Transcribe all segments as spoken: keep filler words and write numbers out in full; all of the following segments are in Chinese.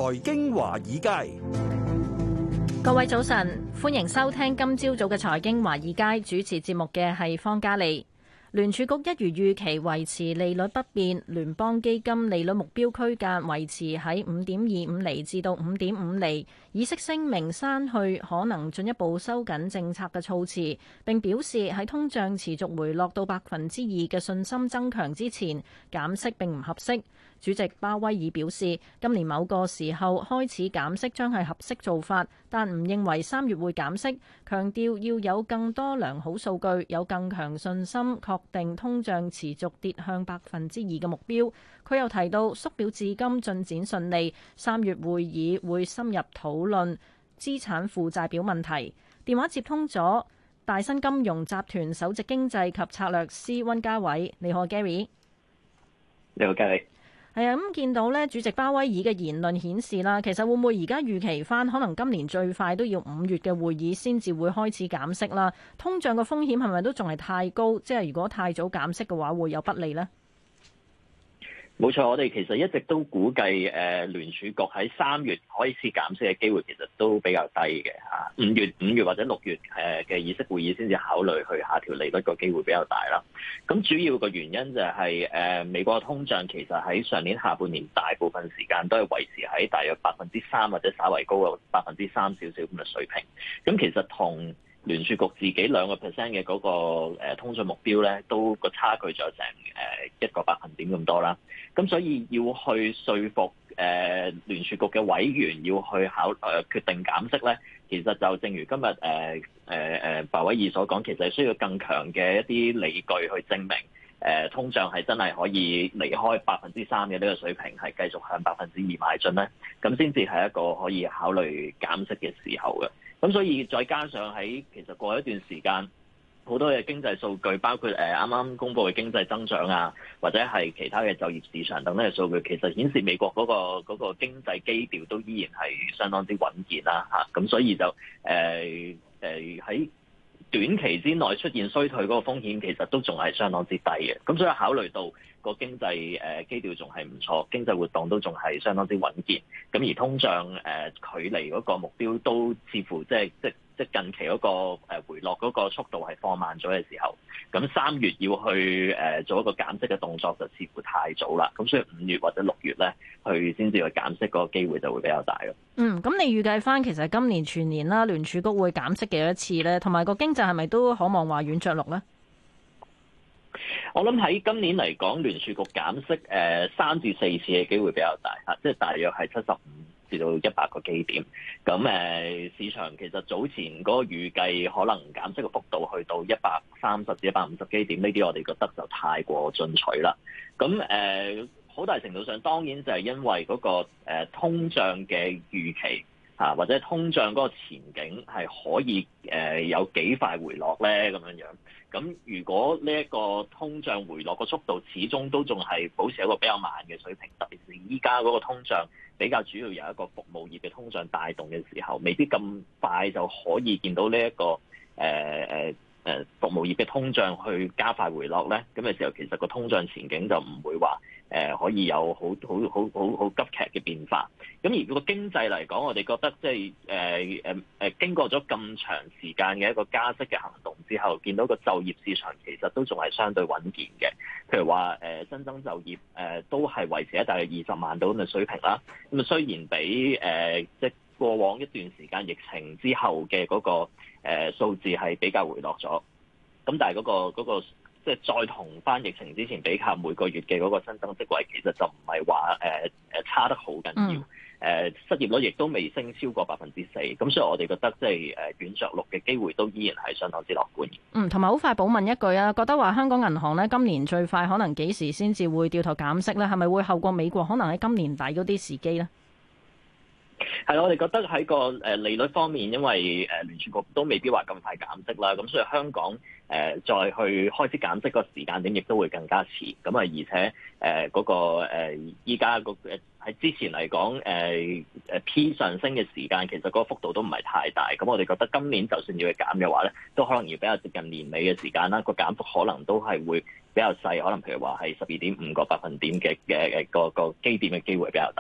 財經華爾街， 各位早晨，歡迎收聽今朝早嘅財經華爾街，主持節目嘅係方嘉利。聯儲局一如預期維持利率不變，聯邦基金利率目標區間維持喺五點二五厘至到五點五厘。議息聲明刪去可能進一步收緊政策嘅措辭，並表示喺通脹持續回落到百分之二嘅信心增強之前，減息並唔合適。主席鮑威爾表示，今年某個時候開始減息將係合適做法，但唔認為三月會減息，強調要有更多良好數據，有更強信心，確定通脹持續跌向百分之二嘅目標。佢又提到縮表至今進展順利，三月會議會深入討論資產負債表問題。電話接通咗大新金融集團首席經濟及策略師溫家偉，你好 Gary。 你好 Gary。 係啊，咁見到咧，主席鮑威爾嘅言論顯示啦，其實會唔會而家預期翻，可能今年最快都要五月嘅會議先至會開始減息啦？通脹嘅風險係咪都仲係太高？即係如果太早減息嘅話，會有不利呢？ 冇錯，我哋其實一直都估計誒、呃、聯儲局喺三月開始減息嘅機會其實都比較低嘅嚇。五月、五月或者六月誒嘅議息會議先至考慮去下調利率個機會比較大啦。咁主要個原因就係、是、誒、呃、美國嘅通脹其實喺上年下半年大部分時間都係維持喺大約百分之三或者稍為高過百分之三少少咁嘅水平。咁其實同聯儲局自己兩個 percent 嘅嗰個誒通脹目標咧，都個差距就成誒一個百分點咁多啦。咁所以要去說服誒聯儲局嘅委員要去考誒、呃、決定減息咧，其實就正如今日誒誒誒鮑威爾所講，其實係需要更強嘅一啲理據去證明誒、呃、通脹係真係可以離開百分之三嘅呢個水平，係繼續向百分之二邁進咧，咁先至係一個可以考慮減息嘅時候嘅。咁所以再加上喺其實過一段時間，好多嘅經濟數據，包括誒啱啱公布嘅經濟增長啊，或者係其他嘅就業市場等等嘅數據，其實顯示美國嗰個嗰個經濟基調都依然係相當之穩健啦嚇。咁所以就誒誒喺短期之內出現衰退嗰個風險，其實都仲係相當之低嘅。咁所以考慮到個經濟誒基調仲係唔錯，經濟活動都仲係相當之穩健。咁而通脹誒、呃、距離嗰個目標都似乎即係即即近期嗰個誒回落嗰個速度係放慢咗嘅時候，咁三月要去誒做一個減息嘅動作就似乎太早啦。咁所以五月或者六月咧，去先至去減息嗰個機會就會比較大咯。 嗯，咁你預計翻其實今年全年啦，聯儲局會減息幾多次咧？同埋個經濟係咪都可望話軟着陸咧？ 我諗喺今年嚟講，聯儲局減息誒三至四次嘅機會比較大嚇，即係大約係七十五至到一百個基點。咁誒市場其實早前嗰個預計可能減息嘅幅度去到一百三十至一百五十基點，呢啲我哋覺得就太過進取啦。咁誒好大程度上當然就係因為嗰個誒通脹嘅預期嚇，或者通脹嗰個前景係可以誒有幾快回落咧咁樣樣。咁如果呢一個通脹回落個速度始終都仲係保持一個比較慢嘅水平，特別是依家嗰個通脹比較主要由一個服務業嘅通脹帶動嘅時候，未必咁快就可以見到呢、這、一個誒誒誒服務業嘅通脹去加快回落咧。咁嘅時候，其實個通脹前景就唔會話誒、呃、可以有好好好好好急劇嘅變化。咁而個經濟嚟講，我哋覺得即係誒誒誒經過咗咁長時間嘅一個加息嘅行動之後，見到個就業市場其實都仲係相對穩健嘅。譬如話誒、呃、新增就業誒、呃、都係維持喺大約二十萬度咁嘅水平啦。咁啊雖然比誒、呃、即係過往一段時間疫情之後嘅嗰、那個誒、呃、數字係比較回落咗，咁但係嗰、那個嗰、那個即係再同翻疫情之前比較，每個月嘅嗰個新增職位其實就唔係話誒誒差得好緊要。嗯誒、呃、失業率亦都未升超過百分之四，咁所以我哋覺得即係誒軟着陸嘅機會都依然係相當之樂觀。 嗯，同埋好快補問一句啊，覺得話香港銀行咧今年最快可能幾時先至會掉頭減息咧？係咪會後過美國？可能喺今年底嗰啲時機咧？ 係啦，我哋覺得喺個誒利率方面，因為誒聯儲局都未必話咁快減息啦，咁所以香港誒再去開始減息個時間點亦都會更加遲。咁啊，而且誒嗰個誒依家個誒喺之前嚟講誒誒 P 上升嘅時間，其實嗰個幅度都唔係太大。咁我哋覺得今年就算要去減嘅話咧，都可能要比較接近年尾嘅時間啦。個減幅可能都係會比較細，可能譬如話係十二點五個百分點嘅嘅誒個個基點嘅機會比較大嘅。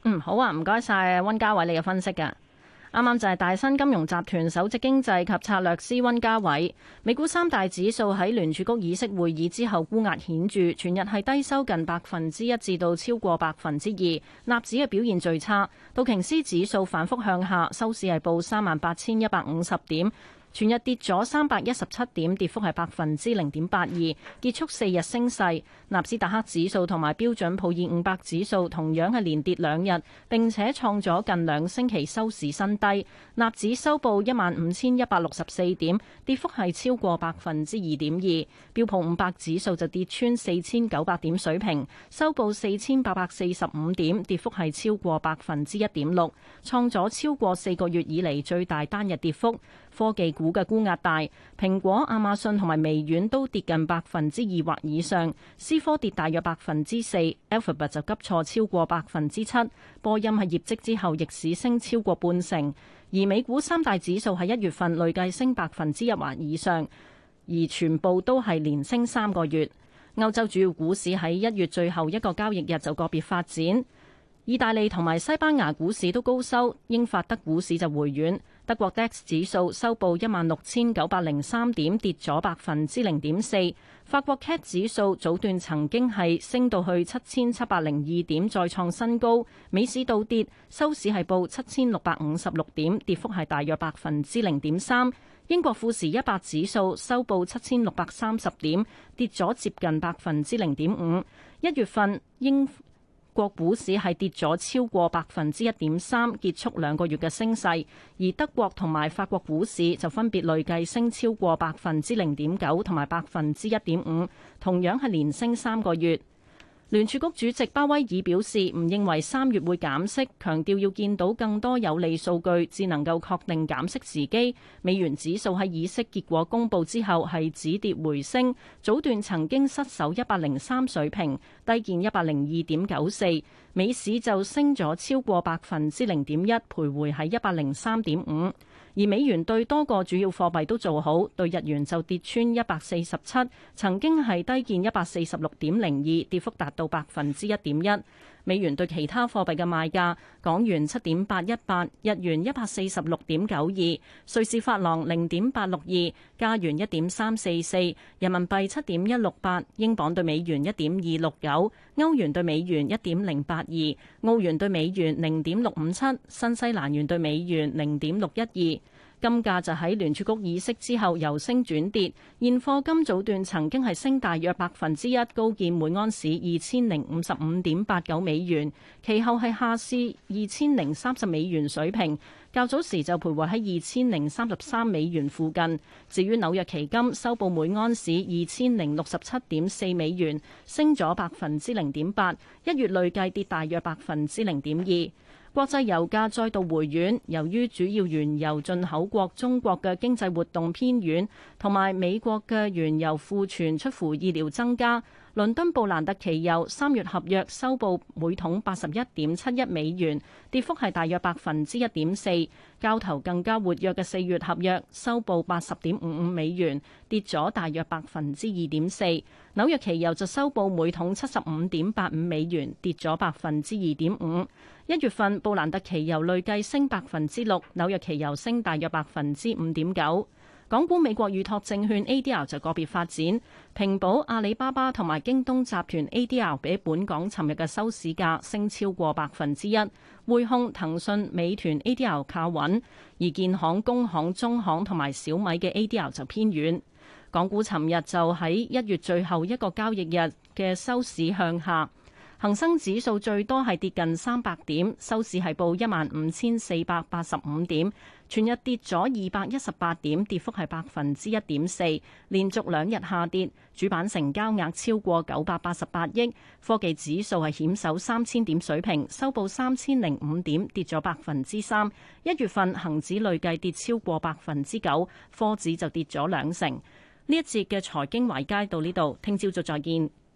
嗯，好啊，唔該晒溫家偉你嘅分析㗎。啱啱就係大新金融集團首席經濟及策略師溫家偉。美股三大指數喺聯儲局議息會議之後沽壓顯著，全日係低收近百分之一至到超過百分之二。納指嘅表現最差，道瓊斯指數反覆向下，收市係報三萬八千一百五十點。全日跌咗三百一十七點，跌幅係百分之零點八二，結束四日升勢。納斯達克指數同埋標準普爾五百指數同樣係連跌兩日，並且創咗近兩星期收市新低。納指收報一萬五千一百六十四點，跌幅係超過百分之二點二。標普五百指數就跌穿四千九百點水平，收報四千八百四十五點，跌幅係超過百分之一點六，創咗超過四個月以嚟最大單日跌幅。科技股嘅沽壓大，蘋果、亞馬遜同埋微軟都跌近百分之二或以上，思科跌大約百分之四 ，Alphabet 就急挫超過百分之七。波音喺業績之後逆市升超過半成，而美股三大指數喺一月份累計升百分之一或以上，而全部都係連升三個月。歐洲主要股市喺一月最後一個交易日就個別發展，意大利同埋西班牙股市都高收，英法德股市就回軟。德國 D A X 指數收報一萬六千九百零三點，跌咗百分之零點四。法國 C A C 指數早段曾經係升到去七千七百零二點，再創新高。美市倒跌，收市係報七千六百五十六點，跌幅係大約百分之零點三。英國富時一百指數收報七千六百三十點，跌咗接近百分之零點五。一月份英國股市係跌咗超過百分之一點三，結束兩個月嘅升勢，而德國同埋法國股市就分別累計升超過百分之零點九同埋百分之一點五，同樣係連升三個月。聯儲局主席鮑威爾表示，唔認為三月會減息，強調要見到更多有利數據，至能夠確定減息時機。美元指數喺議息結果公佈之後係止跌回升，早段曾經失守一百零三水平，低見一百零二點九四。美市就升咗超過百分之零點一，徘徊喺一百零三點五。而美元對多個主要貨幣都做好，對日元就跌穿一百四十七，曾經係低見一百四十六點零二，跌幅達到百分之一點一。美元對其他貨幣嘅賣價：港元七點八一八，日元一百四十六點九二，瑞士法郎零點八六二，加元一點三四四，人民幣七點一六八，英鎊對美元一點二六九，歐元對美元一點零八二，澳元對美元零點六五七，新西蘭元對美元零點六一二。金價就喺聯儲局議息之後由升轉跌，現貨金早段曾經係升大約百分之一，高見每安士二千零五十五點八九美元，其後係下試二千零三十美元水平，較早時就徘徊喺二千零三十三美元附近。至於紐約期金收報每安士二千零六十七點四美元，升咗百分之零點八，一月累計跌大約百分之零點二。國際油價再度回軟，由於主要原油進口國中國嘅經濟活動偏軟，同埋美國嘅原油庫存出乎意料增加。倫敦布蘭特期油三月合約收報每桶八十一點七一美元，跌幅係大約百分之一點四。交投更加活躍嘅四月合約收報八十點五五美元，跌咗大約百分之二點四。紐約期油就收報每桶七十五點八五美元，跌咗百分之二點五。一月份布蘭特期油累計升百分之六，紐約期油升大約百分之五點九。港股美國預託證券 A D R 就個別發展，平保、阿里巴巴同埋京東集團 A D R 比本港尋日嘅收市價升超過百分之一，匯控、騰訊、美團 A D R 靠穩，而建行、工行、中行同埋小米嘅 A D R 就偏軟。港股尋日就喺一月最後一個交易日嘅收市向下。恒生指數最多係跌近三百點，收市係報一萬五千四百八十五點，全日跌咗二百一十八點，跌幅係百分之一點四，連續兩日下跌。主板成交額超過九百八十八億，科技指數係險守三千點水平，收報三千零五點，跌咗百分之三。一月份恒指累計跌超過百分之九，科指就跌咗兩成。呢一節嘅財經華爾街到呢度，聽朝早再見。